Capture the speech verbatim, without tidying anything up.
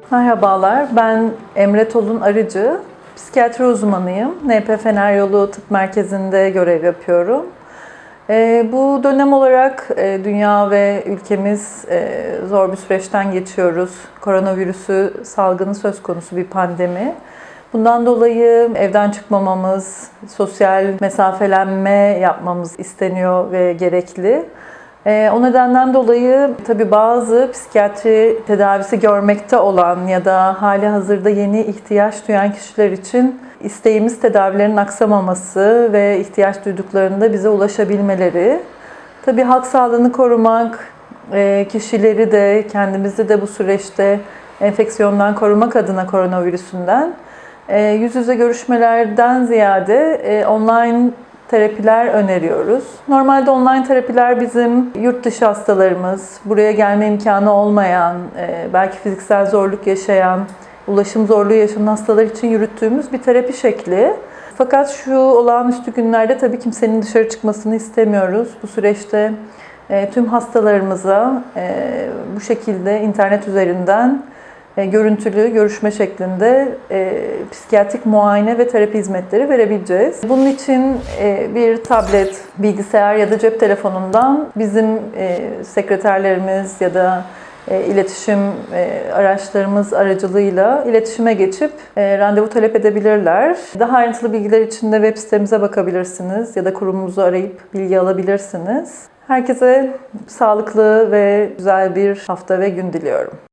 Merhabalar, ben Emre Tolun Arıcı. Psikiyatri uzmanıyım. N P Fener Yolu Tıp Merkezi'nde görev yapıyorum. E, bu dönem olarak e, dünya ve ülkemiz e, zor bir süreçten geçiyoruz. Koronavirüsü salgını söz konusu bir pandemi. Bundan dolayı evden çıkmamamız, sosyal mesafelenme yapmamız isteniyor ve gerekli. E, o nedenden dolayı tabii bazı psikiyatri tedavisi görmekte olan ya da hali hazırda yeni ihtiyaç duyan kişiler için isteğimiz tedavilerin aksamaması ve ihtiyaç duyduklarında bize ulaşabilmeleri. Tabii halk sağlığını korumak, e, kişileri de kendimizi de bu süreçte enfeksiyondan korumak adına koronavirüsünden e, yüz yüze görüşmelerden ziyade e, online terapiler öneriyoruz. Normalde online terapiler bizim yurt dışı hastalarımız, buraya gelme imkanı olmayan, belki fiziksel zorluk yaşayan, ulaşım zorluğu yaşayan hastalar için yürüttüğümüz bir terapi şekli. Fakat şu olağanüstü günlerde tabii kimsenin dışarı çıkmasını istemiyoruz. Bu süreçte tüm hastalarımıza bu şekilde internet üzerinden görüntülü görüşme şeklinde e, psikiyatrik muayene ve terapi hizmetleri verebileceğiz. Bunun için e, bir tablet, bilgisayar ya da cep telefonundan bizim e, sekreterlerimiz ya da e, iletişim e, araçlarımız aracılığıyla iletişime geçip e, randevu talep edebilirler. Daha ayrıntılı bilgiler için de web sitemize bakabilirsiniz ya da kurumumuzu arayıp bilgi alabilirsiniz. Herkese sağlıklı ve güzel bir hafta ve gün diliyorum.